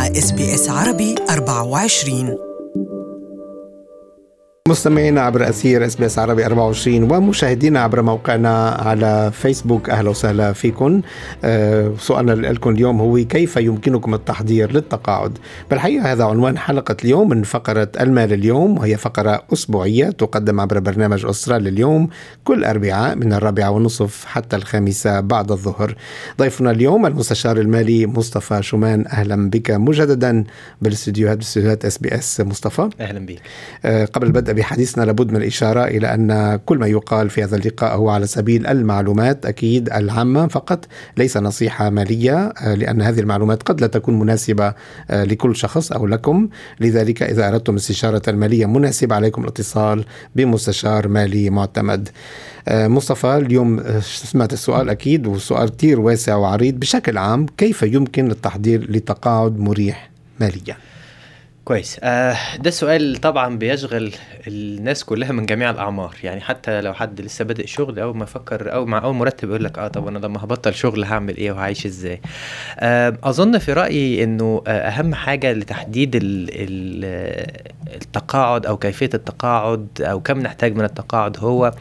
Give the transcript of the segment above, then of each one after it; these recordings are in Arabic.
مع SBS عربي 24. مستمعينا عبر أثير SBS عربي 24 ومشاهدينا عبر موقعنا على فيسبوك، أهلا وسهلا فيكم. سؤالنا لكم اليوم هو: كيف يمكنكم التحضير للتقاعد؟ بالحقيقة هذا عنوان حلقة اليوم من فقرة المال اليوم، وهي فقرة أسبوعية تقدم عبر برنامج أستراليا اليوم كل أربعاء من 4:30 حتى 5 بعد الظهر. ضيفنا اليوم المستشار المالي مصطفى شومان. أهلا بك مجددا بالاستديوهات SBS. مصطفى أهلا بك. قبل البدء بحديثنا لابد من الإشارة إلى أن كل ما يقال في هذا اللقاء هو على سبيل المعلومات أكيد العامة فقط، ليس نصيحة مالية، لأن هذه المعلومات قد لا تكون مناسبة لكل شخص أو لكم. لذلك إذا أردتم استشارة المالية مناسبة عليكم الاتصال بمستشار مالي معتمد. مصطفى، اليوم سمعت السؤال أكيد، والسؤال كتير واسع وعريض. بشكل عام كيف يمكن التحضير لتقاعد مريح ماليا؟ كويس. ده سؤال طبعا بيشغل الناس كلها من جميع الأعمار. يعني حتى لو حد لسه بادئ شغل أو ما فكر أو مع أول مرتب يقول لك طب أنا لما هبطل شغل هعمل إيه وهعيش إزاي. أظن في رأيي إنه أهم حاجة لتحديد التقاعد أو كيفية التقاعد أو كم نحتاج من التقاعد هو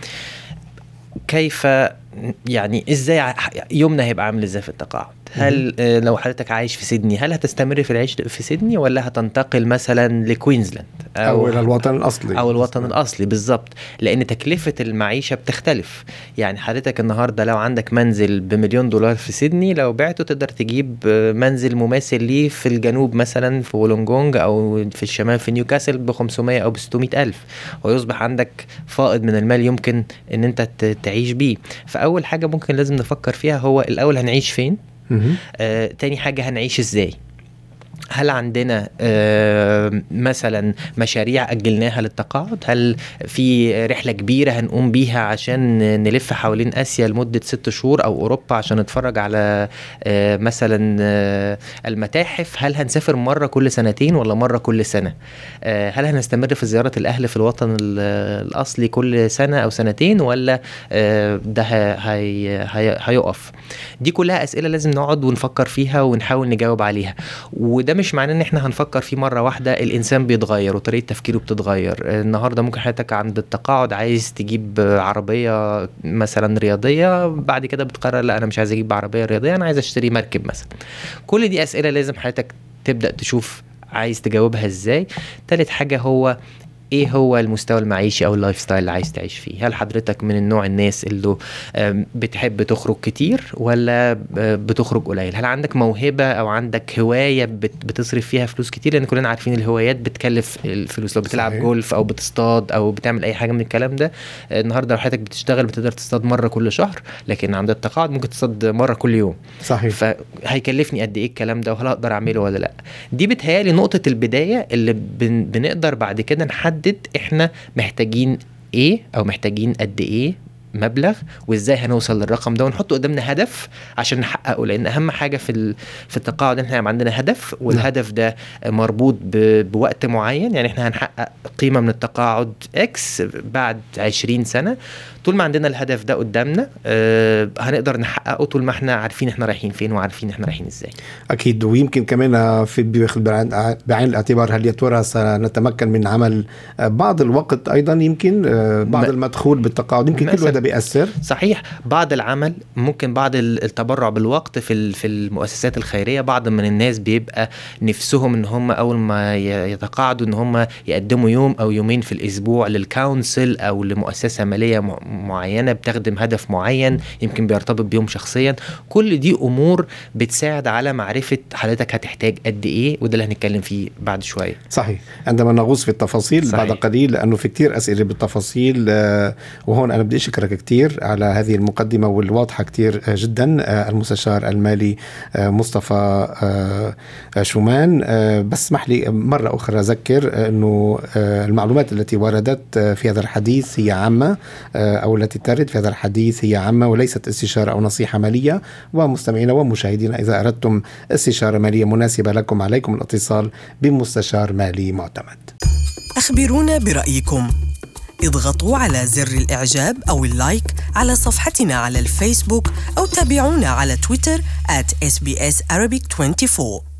كيف، يعني إزاي يومنا هيبقى عامل إزاي في التقاعد. هل لو حضرتك عايش في سيدني هل هتستمر في العيش في سيدني ولا هتنتقل مثلا لكوينزلاند أو إلى الوطن الأصلي أو الوطن الأصلي؟ بالضبط، لأن تكلفة المعيشة بتختلف. يعني حضرتك النهاردة لو عندك منزل $1,000,000 في سيدني، لو بعته تقدر تجيب منزل مماثل ليه في الجنوب مثلا في وولونغونغ أو في الشمال في نيوكاسل ب500 أو ب600,000، ويصبح عندك فائض من المال يمكن أن أنت تعيش بيه. فأول حاجة ممكن لازم نفكر فيها هو الأول هنعيش فين؟ تاني حاجة هنعيش ازاي؟ هل عندنا مثلا مشاريع أجلناها للتقاعد؟ هل في رحلة كبيرة هنقوم بيها عشان نلف حوالين آسيا لمدة 6 شهور أو أوروبا عشان نتفرج على مثلا المتاحف؟ هل هنسافر مرة كل سنتين ولا مرة كل سنة؟ هل هنستمر في زيارة الأهل في الوطن الأصلي كل سنة أو سنتين ولا ده هيقف؟ دي كلها أسئلة لازم نقعد ونفكر فيها ونحاول نجاوب عليها. وده مش معناه ان احنا هنفكر فيه مرة واحدة. الانسان بيتغير وطريقة تفكيره بتتغير. النهاردة ممكن حياتك عند التقاعد عايز تجيب عربية مثلا رياضية، بعد كده بتقرر لا انا مش عايز اجيب عربية رياضية، انا عايز اشتري مركب مثلا. كل دي اسئلة لازم حياتك تبدأ تشوف عايز تجاوبها ازاي. ثالث حاجة هو ايه هو المستوى المعيشي او اللايف ستايل اللي عايز تعيش فيه. هل حضرتك من النوع الناس اللي بتحب تخرج كتير ولا بتخرج قليل؟ هل عندك موهبة او عندك هواية بتصرف فيها فلوس كتير؟ لان كلنا عارفين الهوايات بتكلف الفلوس. لو بتلعب جولف او بتصطاد او بتعمل اي حاجة من الكلام ده، النهاردة لو حضرتك بتشتغل بتقدر تصطاد مرة كل شهر، لكن عند التقاعد ممكن تصطاد مرة كل يوم. صحيح. فهيكلفني قد ايه الكلام ده وهل اقدر اعمله ولا لا؟ دي بتهيالي نقطة البداية اللي بنقدر بعد كده نحدد احنا محتاجين ايه او محتاجين قد ايه مبلغ، وازاي هنوصل للرقم ده ونحط قدامنا هدف عشان نحققه. لان اهم حاجة في التقاعد ان احنا يبقى عندنا هدف، والهدف ده مربوط بوقت معين. يعني احنا هنحقق قيمة من التقاعد X بعد 20 سنة. طول ما عندنا الهدف ده قدامنا هنقدر نحققه طول ما احنا عارفين احنا رايحين فين وعارفين احنا رايحين ازاي. اكيد. ويمكن كمان في بياخد بعين الاعتبار هل يا ترى سنتمكن من عمل بعض الوقت ايضا، يمكن بعض المدخول بالتقاعد يمكن كل هذا بيأثر. صحيح. بعض العمل ممكن، بعض التبرع بالوقت في المؤسسات الخيرية. بعض من الناس بيبقى نفسهم ان هم اول ما يتقاعدوا ان هم يقدموا يوم او يومين في الاسبوع للكونسل او لمؤسسة مالية معينة بتخدم هدف معين يمكن بيرتبط بيهم شخصيا. كل دي أمور بتساعد على معرفة حضرتك هتحتاج قد إيه، وده اللي هنتكلم فيه بعد شوية. صحيح. عندما نغوص في التفاصيل بعد قليل، لأنه في كتير أسئلة بالتفاصيل، وهون أنا بدي أشكرك كتير على هذه المقدمة والواضحة كتير جدا. المستشار المالي مصطفى شومان. بس اسمح لي مرة أخرى أذكر أنه المعلومات التي وردت في هذا الحديث هي عامة، أو التي ترد في هذا الحديث هي عامة وليست استشارة أو نصيحة مالية. ومستمعينا ومشاهدينا إذا أردتم استشارة مالية مناسبة لكم عليكم الاتصال بمستشار مالي معتمد. أخبرونا برأيكم. اضغطوا على زر الإعجاب أو اللايك على صفحتنا على الفيسبوك أو تابعونا على تويتر @SBS Arabic 24.